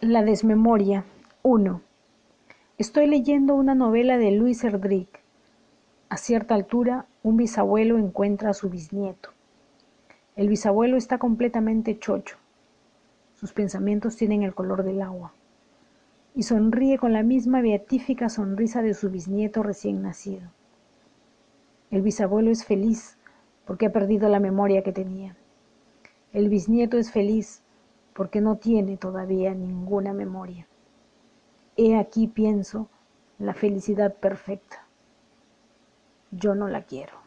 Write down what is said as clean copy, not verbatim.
La desmemoria. 1. Estoy leyendo una novela de Louis Erdrich. A cierta altura, un bisabuelo encuentra a su bisnieto. El bisabuelo está completamente chocho. Sus pensamientos tienen el color del agua. Y sonríe con la misma beatífica sonrisa de su bisnieto recién nacido. El bisabuelo es feliz porque ha perdido la memoria que tenía. El bisnieto es feliz porque no tiene todavía ninguna memoria. He aquí, pienso, la felicidad perfecta. Yo no la quiero.